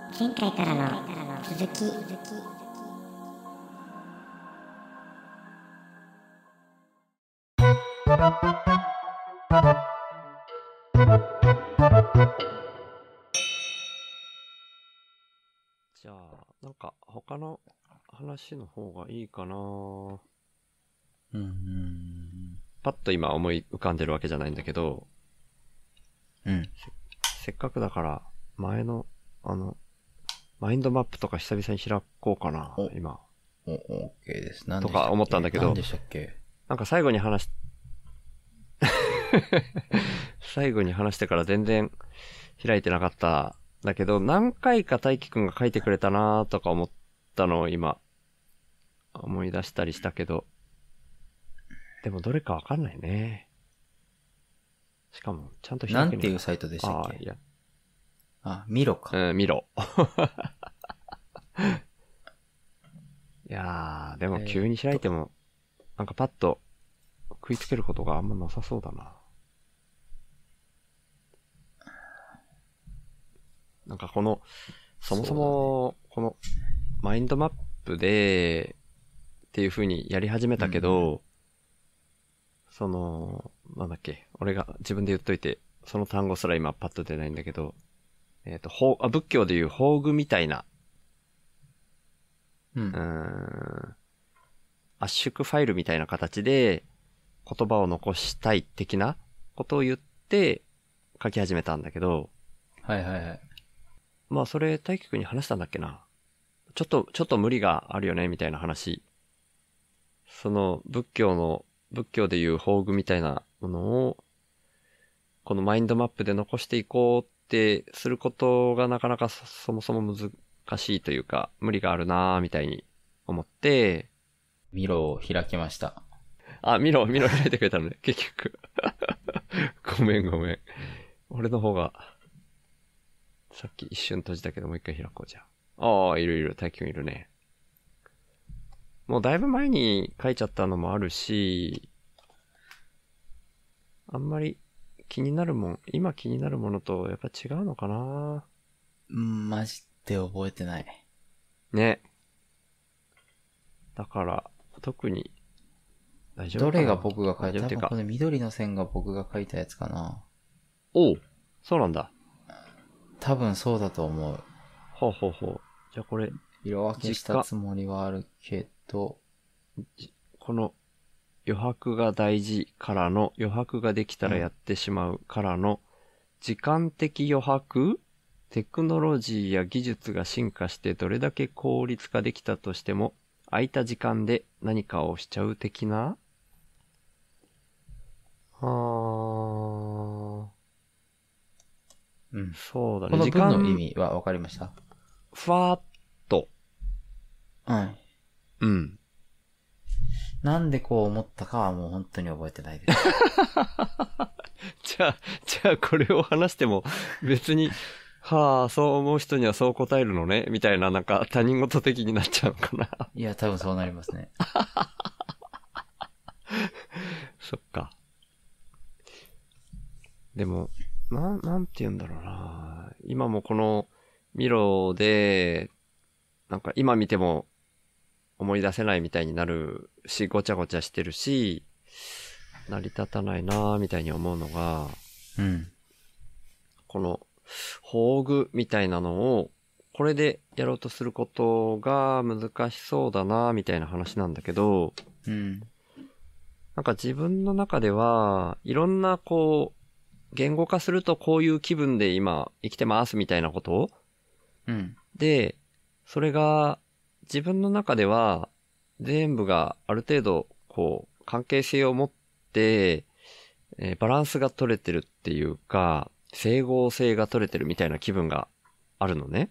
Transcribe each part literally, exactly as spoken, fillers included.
前回からの続き。 じゃあなんか他の話の方がいいかな。 うん。 パッと今思い浮かんでるわけじゃないんだけど、 うん。 せっかくだから前のあのマインドマップとか久々に開こうかな今。 お、オッケーです。 とか思ったんだけど、 何でしたっけ？ なんか最後に話し最後に話してから全然開いてなかったんだけど、何回か大輝くんが書いてくれたなとか思ったのを今思い出したりしたけど、でもどれかわかんないね。しかもちゃんと開けない。 なんていうサイトでしたっけ？ あ、いや。 あ、ミロか。 うん、ミロ。いやー、でも急に開いても、なんかパッと食いつけることがあんまなさそうだな。なんかこの、そもそも、この、マインドマップで、っていう風にやり始めたけど、うん、その、なんだっけ、俺が自分で言っといて、その単語すら今パッと出ないんだけど、えっと、ほう、あ、仏教でいう宝具みたいな、 うん、 うーん、圧縮ファイルみたいな形で言葉を残したい的なことを言って書き始めたんだけど、 はいはいはい。 まあそれ大輝くんに話したんだっけな。ちょっと、ちょっと無理があるよねみたいな話。その仏教の、仏教でいう宝具みたいなものを、このマインドマップで残していこうってすることがなかなか そ, そもそも難しいというか、無理があるなーみたいに思って、 ミロを開きました。 あ、ミロ、ミロ開いてくれたのね、結局。ごめんごめん。俺の方が、さっき一瞬閉じたけどもう一回開こうじゃん。ああ、いるいる、大輝くんいるね。もうだいぶ前に書いちゃったのもあるし、あんまり気になるもん、今気になるものとやっぱ違うのかな。 うん、マジで覚えてない。 ね。だから、特に、大丈夫かな。 どれが僕が書いた？ 多多分この緑の線が僕が書いたやつかな。 おう、そうなんだ。 多分そうだと思う。 ほうほうほう。じゃあこれ、 色分けしたつもりはあるけど、 この余白が大事からの、余白ができたらやってしまうからの、時間的余白？テクノロジーや技術が進化してどれだけ効率化できたとしても、空いた時間で何かをしちゃう的な？あー。 うん。 そうだね。 この文の意味は分かりました？ ふわーっと。 はい。 うん。 なんでこう思ったかはもう本当に覚えてないです。 じゃあ、じゃあこれを話しても別に、はあ、そう思う人にはそう答えるのねみたいな、なんか他人事的になっちゃうのかな。 いや、多分そうなりますね。 そっか。でも、な、なんて言うんだろうな。今もこのミロで、なんか今見ても思い出せないみたいになるし、ごちゃごちゃしてるし、成り立たないなみたいに思うのが、 うん。 この宝具みたいなのをこれでやろうとすることが難しそうだなみたいな話なんだけど、 うん。 なんか自分の中ではいろんなこう言語化するとこういう気分で今生きてますみたいなことうん。 で、それが自分の中では全部がある程度こう関係性を持って、えーバランスが取れてるっていうか、整合性が取れてるみたいな気分があるのね。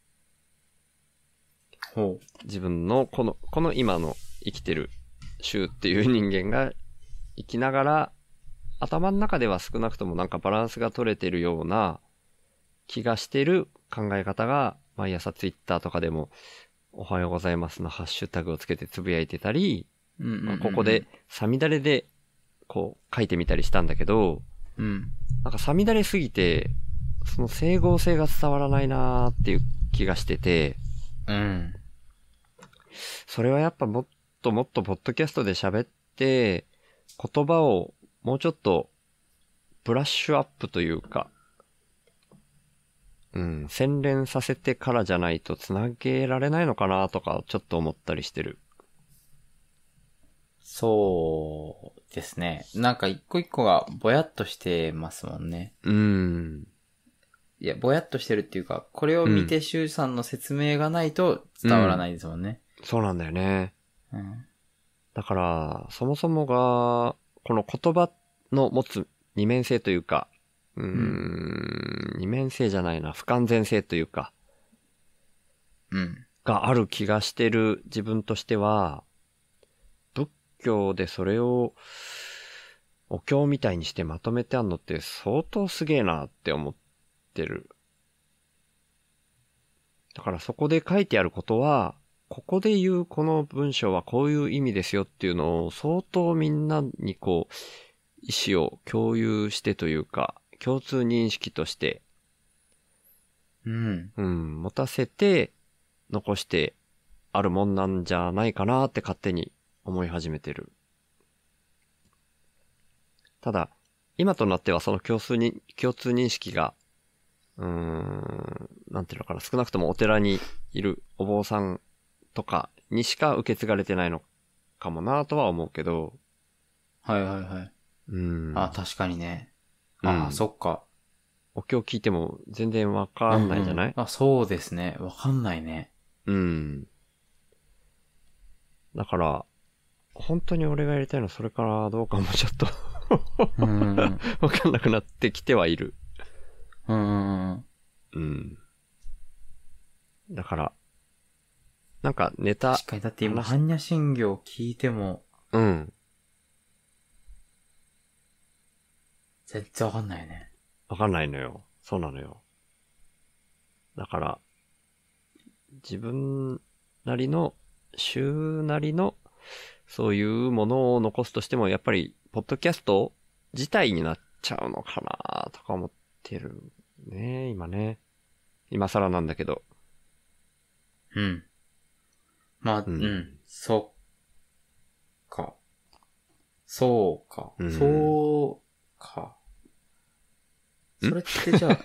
ほう。 自分のこの、この今の生きてる週っていう人間が生きながら、頭の中では少なくともなんかバランスが取れてるような気がしてる考え方が、毎朝ツイッターとかでも、おはようございますのハッシュタグをつけてつぶやいてたり、 うんうんうんうんまあ、ここでさみだれでこう書いてみたりしたんだけど、 うん。 なんかさみだれすぎて、その整合性が伝わらないなーっていう気がしてて、 うん。 それはやっぱもっともっとポッドキャストで喋って、言葉をもうちょっとブラッシュアップというか、うん、洗練させてからじゃないとつなげられないのかなとかちょっと思ったりしてる。 そうですね。なんか一個一個がぼやっとしてますもんね。 うーん。 いや、ぼやっとしてるっていうか、これを見てシュウさんの説明がないと伝わらないですもんね。 そうなんだよね。 うん。 だから、そもそもが、この言葉の持つ二面性というか、うーん、二面性じゃないな、不完全性というか、 うん。 がある気がしてる自分としては、仏教でそれをお経みたいにしてまとめてあんのって相当すげえなって思ってる。だからそこで書いてあることは、ここで言うこの文章はこういう意味ですよっていうのを相当みんなにこう、意思を共有してというか、共通認識として、 うん。 うん、持たせて残してあるもんなんじゃないかなって勝手に思い始めてる。ただ、今となってはその共通に、共通認識が、うーん、なんていうのかな、少なくともお寺にいるお坊さんとかにしか受け継がれてないのかもなとは思うけど、 はいはいはい。 うん。 あ、確かにね。 うんあ、そっか。 お経聞いても全然わかんないじゃない？ うんうん、あ、そうですね。わかんないね。 うん。だから、本当に俺がやりたいのはそれからどうかもちょっとうんうんうん。 わかんなくなってきてはいる。 うんうんうん。 うん。だから、なんかネタ、 確かに、だって今、 話般若心経聞いても、 うん。 全然わかんないね。 わかんないのよ。そうなのよ。だから、自分なりの、週なりの、そういうものを残すとしても、やっぱり、ポッドキャスト自体になっちゃうのかなとか思ってるね、今ね。今更なんだけど。 うん。まあ、 ううんん。そっか。そうか。 うんそうか。 んそれってじゃあ、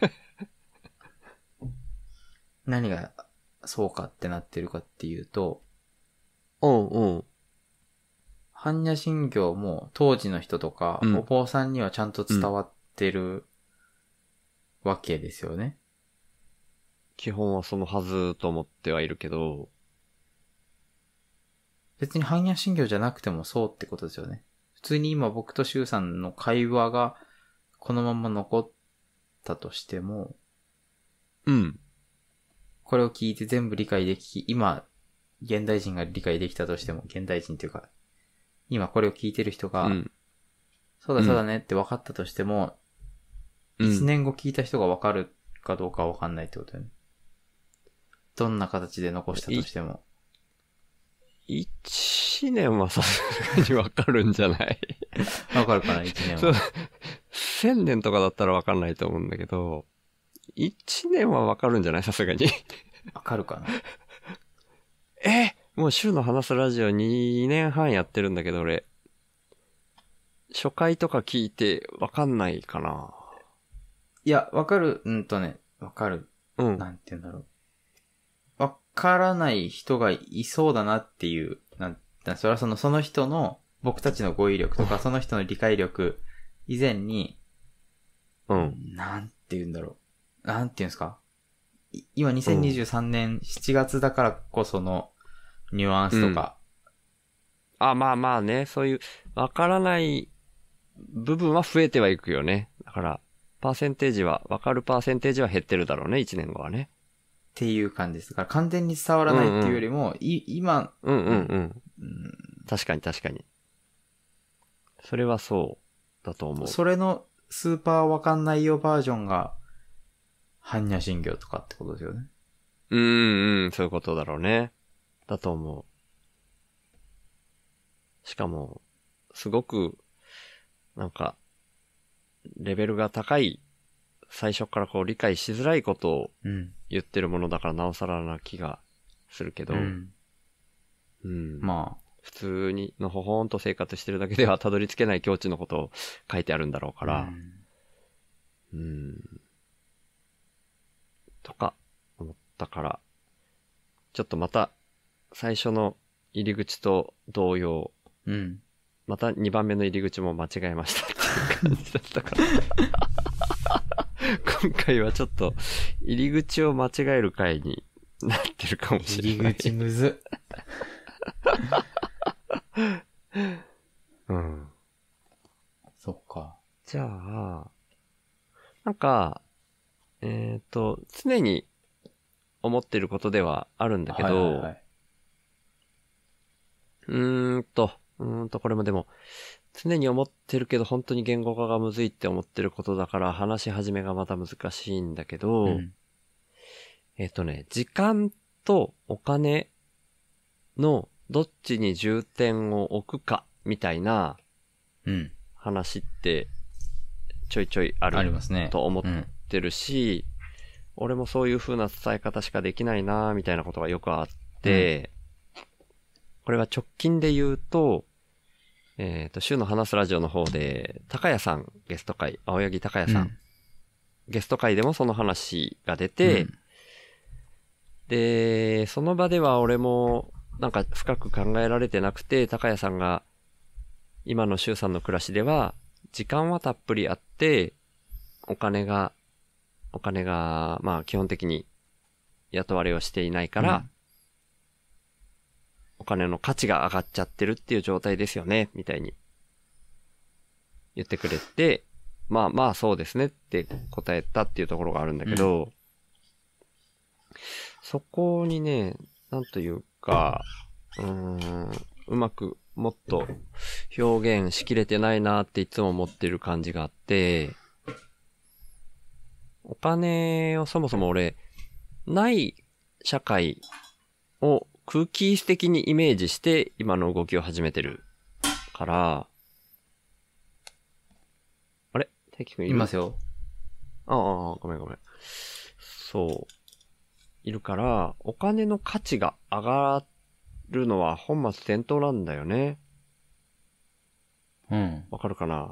何がそうかってなってるかっていうと、 うんうん。 般若心経も当時の人とか、 うんお坊さんにはちゃんと伝わってるわけですよね。 基本はそのはずと思ってはいるけど、 別に般若心経じゃなくてもそうってことですよね。普通に今僕と周さんの会話がこのまま残ったとしても、 うん。 これを聞いて全部理解でき、今、現代人が理解できたとしても、現代人っていうか、今これを聞いてる人が、 うん。 そうだそうだねって分かったとしても、 うん一年後聞いた人が分かるかどうかは分かんないってことだよね。どんな形で残したとしても。 一年はさすがにわかるんじゃない分かるかな、一年そうは。 千年とかだったらわかんないと思うんだけど、一年はわかるんじゃないさすがに。 分かるかな。 えもう週の話すラジオにねんはんやってるんだけど俺、初回とか聞いてわかんないかな。 いや、分かる、うんとね、分かる。 うん。 なんて言うんだろう。分からない人がいそうだなっていう、なん、それはその、その人の、僕たちの語彙力とか、その人の理解力以前に、 うん。 なんて言うんだろう。なんて言うんですか。い今にせんにじゅうさんねんしちがつだからこそのニュアンスとか。 あ、まあまあね、そういうわからない部分は増えてはいくよね。だから、パーセンテージは、わかるパーセンテージは減ってるだろうね、いちねんごはね。 っていう感じです。だから完全に伝わらないっていうよりも、い今、 うんうんうん。 うん確かに確かに。それはそうだと思う。 それのスーパーわかんないよバージョンが、般若心経とかってことですよね。 うんうん、そういうことだろうね。だと思う。しかも、すごく、なんか、レベルが高い、最初からこう理解しづらいことをうん。 言ってるものだからなおさらな気がするけど、 うん。 うん。 ま普通にのほほんと生活してるだけではたどり着けない境地のことを書いてあるんだろうかあ。 ら、 うん。 うん。とか思ったから、ちょっとまた最初の入り口と同様、 うん。 またにばんめの入り口も間違えましたっていう感じだったから。今回はちょっと入り口を間違える回になってるかもしれない。 入り口むずっ。 うん。 そっか。 じゃあ、なんか、えっと、常に思ってることではあるんだけど、 はいはいはい、 うーんと、うーんと、これもでも、常に思ってるけど本当に言語化がむずいって思ってることだから話し始めがまた難しいんだけど、 うん、 えっとね、時間とお金のどっちに重点を置くかみたいなうん。 話ってちょいちょいあるありますね。 と思ってるし、うん、俺もそういう風な伝え方しかできないなみたいなことがよくあって、うん、これは直近で言うと、えっと、週の話すラジオの方で、高谷さんゲスト会、青柳高谷さん、うん、ゲスト会でもその話が出て、うん、で、その場では俺もなんか深く考えられてなくて、高谷さんが今の周さんの暮らしでは時間はたっぷりあって、お金が、お金がまあ基本的に雇われをしていないから、うん、お金の価値が上がっちゃってるっていう状態ですよね、みたいに言ってくれて、まあまあそうですねって答えたっていうところがあるんだけど、うん、そこにね、なんというか、うーん、うまくもっと表現しきれてないなっていつも思ってる感じがあって、お金をそもそも俺、ない社会を空気質的にイメージして今の動きを始めてるから、あれテキ君いる？ いますよ。 ああ、ごめんごめん。そう。いるから、お金の価値が上がるのは本末転倒なんだよね。 うん。 わかるかな？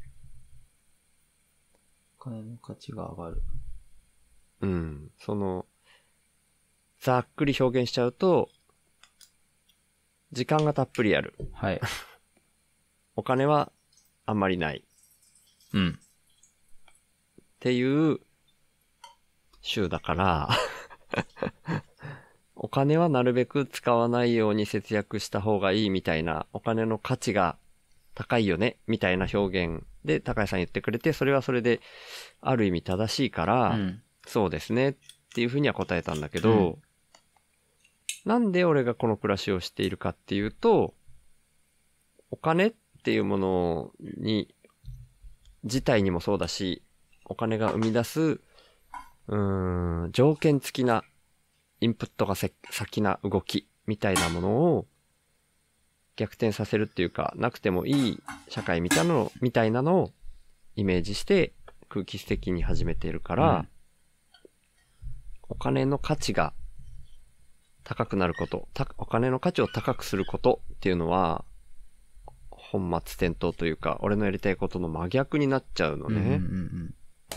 お金の価値が上がる。 うん。その、ざっくり表現しちゃうと、時間がたっぷりある。 はい。 お金はあんまりない。 うん。 っていう週だから、お金はなるべく使わないように節約した方がいいみたいな、お金の価値が高いよねみたいな表現で高井さん言ってくれて、それはそれである意味正しいから、うん、そうですねっていうふうには答えたんだけど、うん、なんで俺がこの暮らしをしているかっていうと、お金っていうものに自体にもそうだし、お金が生み出すうーん条件付きなインプットが先な動きみたいなものを逆転させるっていうか、なくてもいい社会みたいなの、みたいなのをイメージして空気質的に始めてるから、うん、お金の価値が高くなること、お金の価値を高くすることっていうのは、本末転倒というか、俺のやりたいことの真逆になっちゃうのね。うんうんうん、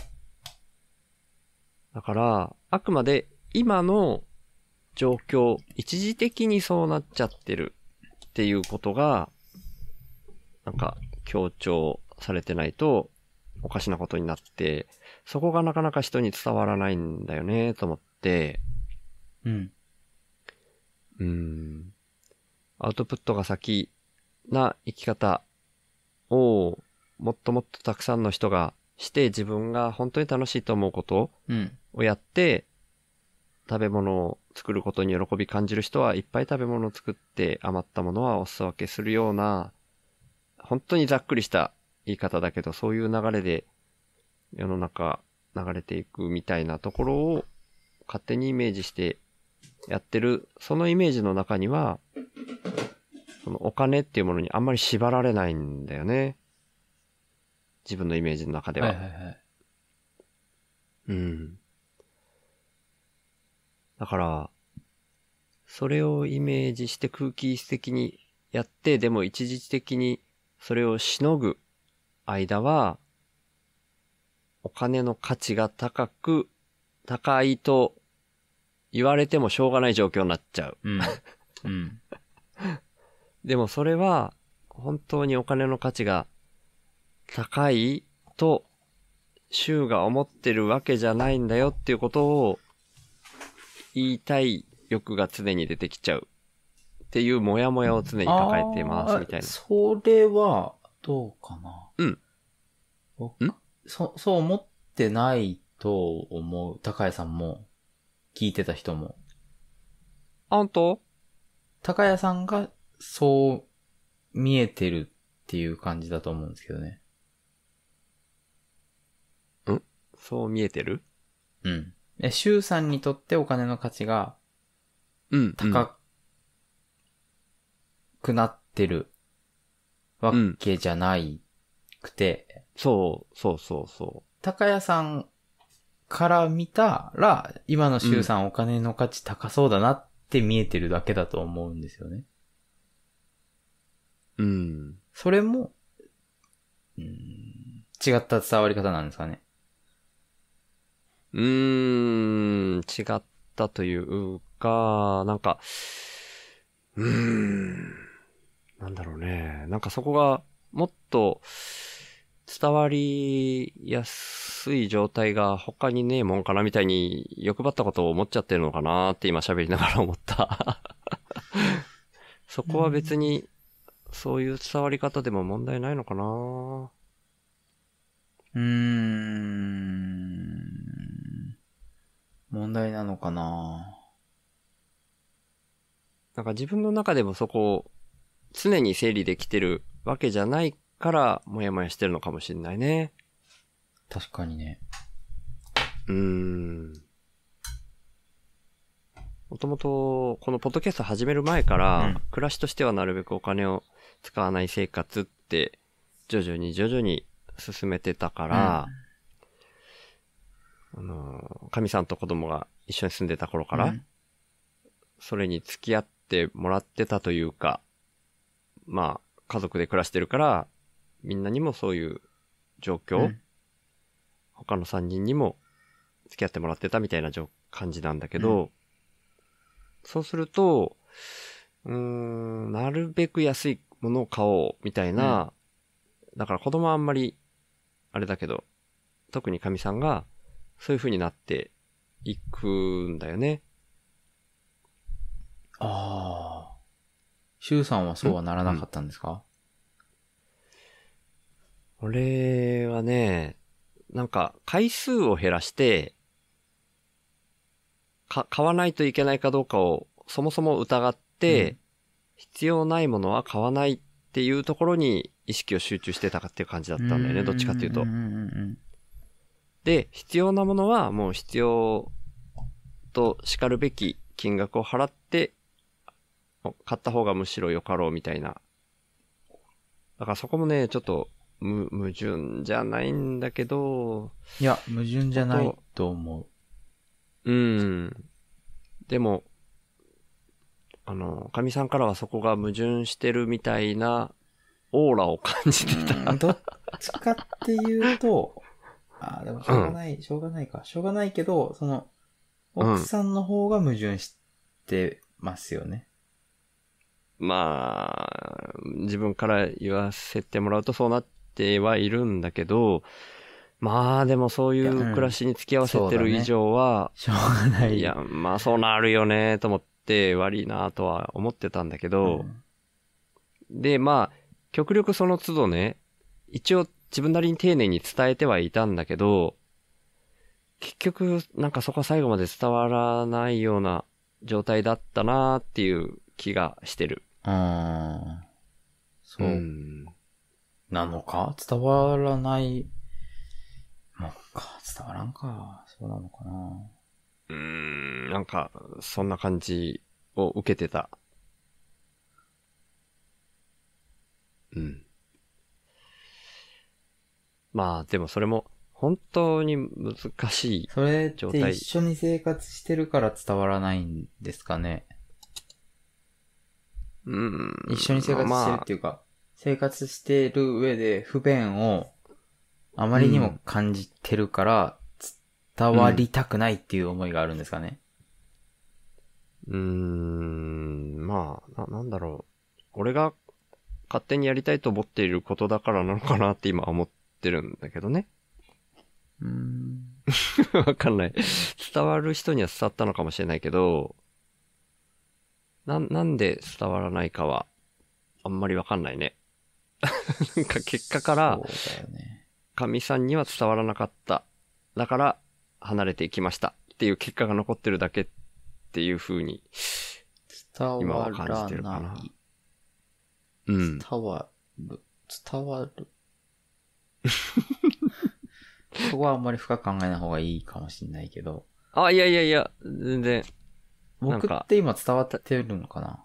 だから、あくまで今の状況、一時的にそうなっちゃってるっていうことが、なんか強調されてないとおかしなことになって、そこがなかなか人に伝わらないんだよねと思って、 うん。 うーん。アウトプットが先な生き方をもっともっとたくさんの人がして自分が本当に楽しいと思うことをやって、食べ物を作ることに喜び感じる人はいっぱい食べ物を作って余ったものはお裾分けするような、本当にざっくりした言い方だけど、そういう流れで世の中流れていくみたいなところを勝手にイメージしてやってる、そのイメージの中には、そのお金っていうものにあんまり縛られないんだよね。自分のイメージの中では。 はいはいはい。 うん。 だから、それをイメージして空気質的にやって、でも一時的にそれをしのぐ間は、お金の価値が高く、高いと言われてもしょうがない状況になっちゃう。 うん。うん。 でもそれは、本当にお金の価値が高いと、衆が思ってるわけじゃないんだよっていうことを言いたい欲が常に出てきちゃう。っていうモヤモヤを常に抱えてますみたいな。 それは、どうかな。 うん。 んそ、そう思ってないと思う。高谷さんも、聞いてた人も。 あ、本当？ 高谷さんが、そう見えてるっていう感じだと思うんですけどね。 ん？そう見えてる？ うん。え、周さんにとってお金の価値が、 うん。 高くなってるわけじゃないくて、 うん、そう、そうそうそう。 高谷さんから見たら、今の周さんお金の価値高そうだなって見えてるだけだと思うんですよね。 うん。 それも、うーん、違った伝わり方なんですかね。 うーん、違ったというか、なんか、うーん、なんだろうね。なんかそこがもっと伝わりやすい状態が他にねえもんかなみたいに欲張ったことを思っちゃってるのかなって今喋りながら思った。そこは別にそういう伝わり方でも問題ないのかな。 うーん。問題なのかな。 なんか自分の中でもそこを常に整理できてるわけじゃないからもやもやしてるのかもしれないね。 確かにね。 うーん。もともとこのポッドキャスト始める前から、うん、暮らしとしてはなるべくお金を使わない生活って徐々に徐々に進めてたから、うん、あの、神さんと子供が一緒に住んでた頃から、うん、それに付き合ってもらってたというか、まあ、家族で暮らしてるから、みんなにもそういう状況、うん、他のさんにんにも付き合ってもらってたみたいな感じなんだけど、うん、そうすると、うーん、なるべく安いものを買おうみたいな、うん、だから子供はあんまり、あれだけど、特に神さんがそういう風になっていくんだよね。 ああ。周さんはそうはならなかったんですか？ うん、俺はね、なんか回数を減らして、か、買わないといけないかどうかをそもそも疑って、うん、必要ないものは買わないっていうところに意識を集中してたかっていう感じだったんだよね、どっちかっていうと。で、必要なものはもう必要と叱るべき金額を払って、買った方がむしろよかろうみたいな。だからそこもね、ちょっと無、矛盾じゃないんだけど。 いや、矛盾じゃないと思う。うん。でも、あの、神さんからはそこが矛盾してるみたいなオーラを感じてた。 どっちかっていうと、ああ、でもしょうがない、うん、しょうがないか。しょうがないけど、その、奥さんの方が矛盾してますよね。 うん、まあ、自分から言わせてもらうとそうなってはいるんだけど、まあでもそういう暮らしに付き合わせてる以上は、 しょうがない。 いや、まあそうなるよね、と思って悪いなとは思ってたんだけど、うん、で、まあ、極力その都度ね、一応自分なりに丁寧に伝えてはいたんだけど、結局なんかそこは最後まで伝わらないような状態だったなっていう気がしてる。 ああ、そう。うん、なのか伝わらないのか伝わらんか。そうなのかな。 うーん、なんかそんな感じを受けてた。うん。まあでもそれも本当に難しい。 それっ状態て一緒に生活してるから伝わらないんですかね。 うん。 一緒に生活してるっていうか、生活してる上で不便をあまりにも感じてるから伝わりたくないっていう思いがあるんですかね。 うーん、まあ、な、なんだろう。俺が勝手にやりたいと思っていることだからなのかなって今思ってるんだけどね。 うーん。 わかんない。伝わる人には伝わったのかもしれないけど、な、なんで伝わらないかは、あんまりわかんないね。なんか結果からそう、だよね。 神さんには伝わらなかった。だから、離れていきましたっていう結果が残ってるだけっていう風に、 伝今わは感じてるらかなない。 うん。 伝わる。伝わる。そこはあんまり深く考えない方がいいかもしれないけど。 あ、いやいやいや、全然。なんか僕って今伝わってるのかな？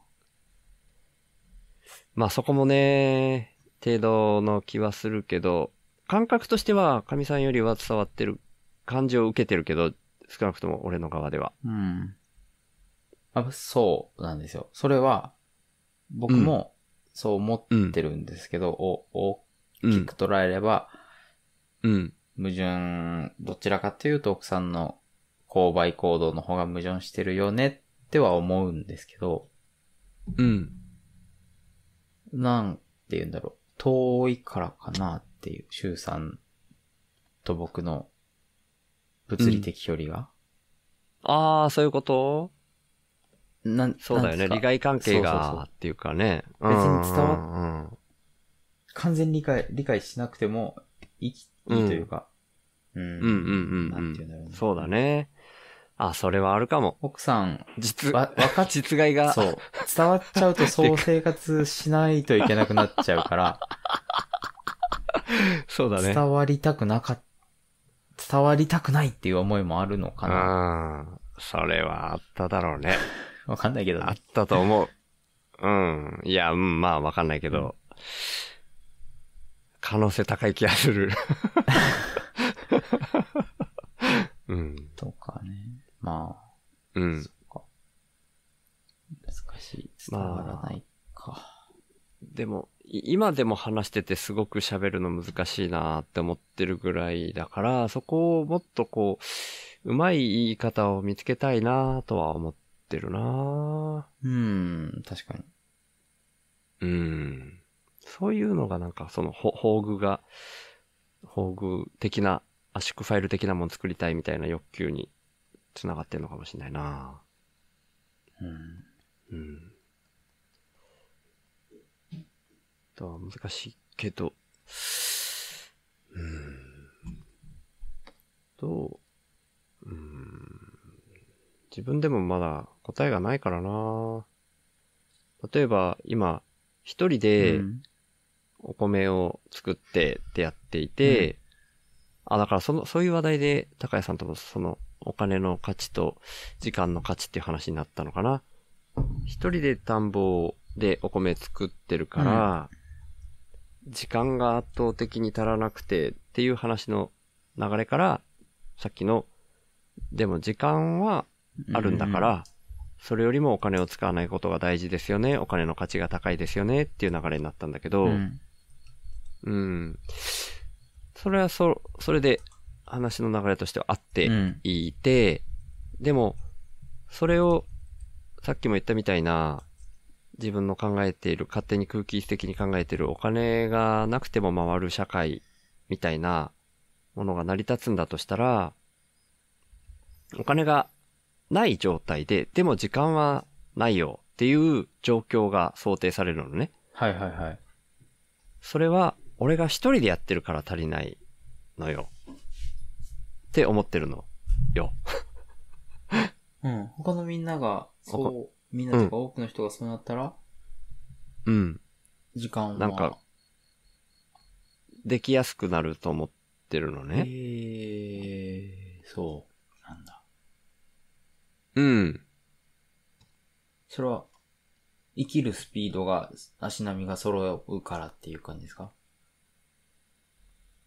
まあそこもね、程度の気はするけど、感覚としては神さんよりは伝わってる感じを受けてるけど、少なくとも俺の側では。 うん。あ、そうなんですよ。それは、僕もそう思ってるんですけど、お大きく捉えれば、 うん。 矛盾、どちらかというと奥さんの購買行動の方が矛盾してるよねっては思うんですけど、 うん。 なんて言うんだろう。遠いからかなっていう、周さんと僕の物理的距離が。 ああ、そういうことなんそうだよね。 なんですか利害関係そうそうそうがっていうかね。 別に伝わっうんうん完全に理解、理解しなくてもいい、いいというか。うん。 うんうんうんなうんんて言うんだろうね。 そうだね。あ、それはあるかも。 奥さん、 実、 わ、わかっ、 実害が。 そう。伝わっちゃうとそう生活しないといけなくなっちゃうから、 そうだね。 伝わりたくなかっ、伝わりたくないっていう思いもあるのかな。 うん。それはあっただろうね。 わかんないけどね。 あったと思う。うん。いや、うん、まあわかんないけど、可能性高い気がする。うん。 とかね。まあ、 うん。 そっか。難しい。伝わらないか。 でも、い今でも話しててすごく喋るの難しいなって思ってるぐらいだから、そこをもっとこう、うまい言い方を見つけたいなとは思ってるなうーん、確かに。 うん。そういうのがなんかその、ほ宝具が、宝具的な、圧縮ファイル的なもの作りたいみたいな欲求に繋がってんのかもしれないなうん。 うん。とは難しいけど、うん。どう、うん。自分でもまだ答えがないからな例えば今、一人でうんお米を作ってってやっていて、 うんあ、だからその、そういう話題で高谷さんともそのお金の価値と時間の価値っていう話になったのかな。一人で田んぼでお米作ってるから、時間が圧倒的に足らなくてっていう話の流れから、さっきの、でも時間はあるんだから、それよりもお金を使わないことが大事ですよね。お金の価値が高いですよねっていう流れになったんだけど、 うん。 うん。それはそ、それで話の流れとしてはあってうんいて、でも、それをさっきも言ったみたいな、自分の考えている、勝手に空気的に考えているお金がなくても回る社会みたいなものが成り立つんだとしたら、お金がない状態で、でも時間はないよっていう状況が想定されるのね。 はいはいはい。 それは俺が一人でやってるから足りないのよ。って思ってるのよ。 うん。他のみんなが、そう、みんなというか多くの人がそうなったら、 うん。 時間は。 なんか、できやすくなると思ってるのね。 えー、そうなんだ。 うん。 それは、生きるスピードが、足並みが揃うからっていう感じですか？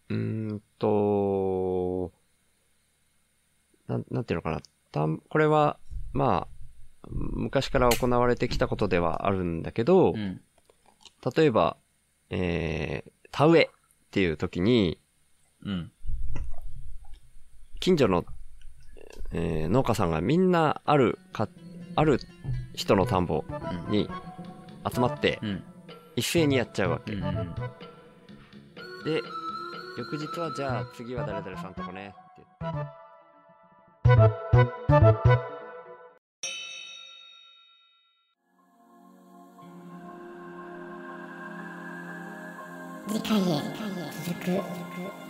うーんと、なん、なんていうのかな。たん、これは、まあ、昔から行われてきたことではあるんだけど、 うん。 例えば、えー、田植えっていう時に、 うん。 近所の、えー農家さんがみんなあるか、ある人の田んぼに集まってうん。 一斉にやっちゃうわけ。 うん。うん。 で、翌日はじゃあ次は誰々さんとこねって言って。 次回へ続く。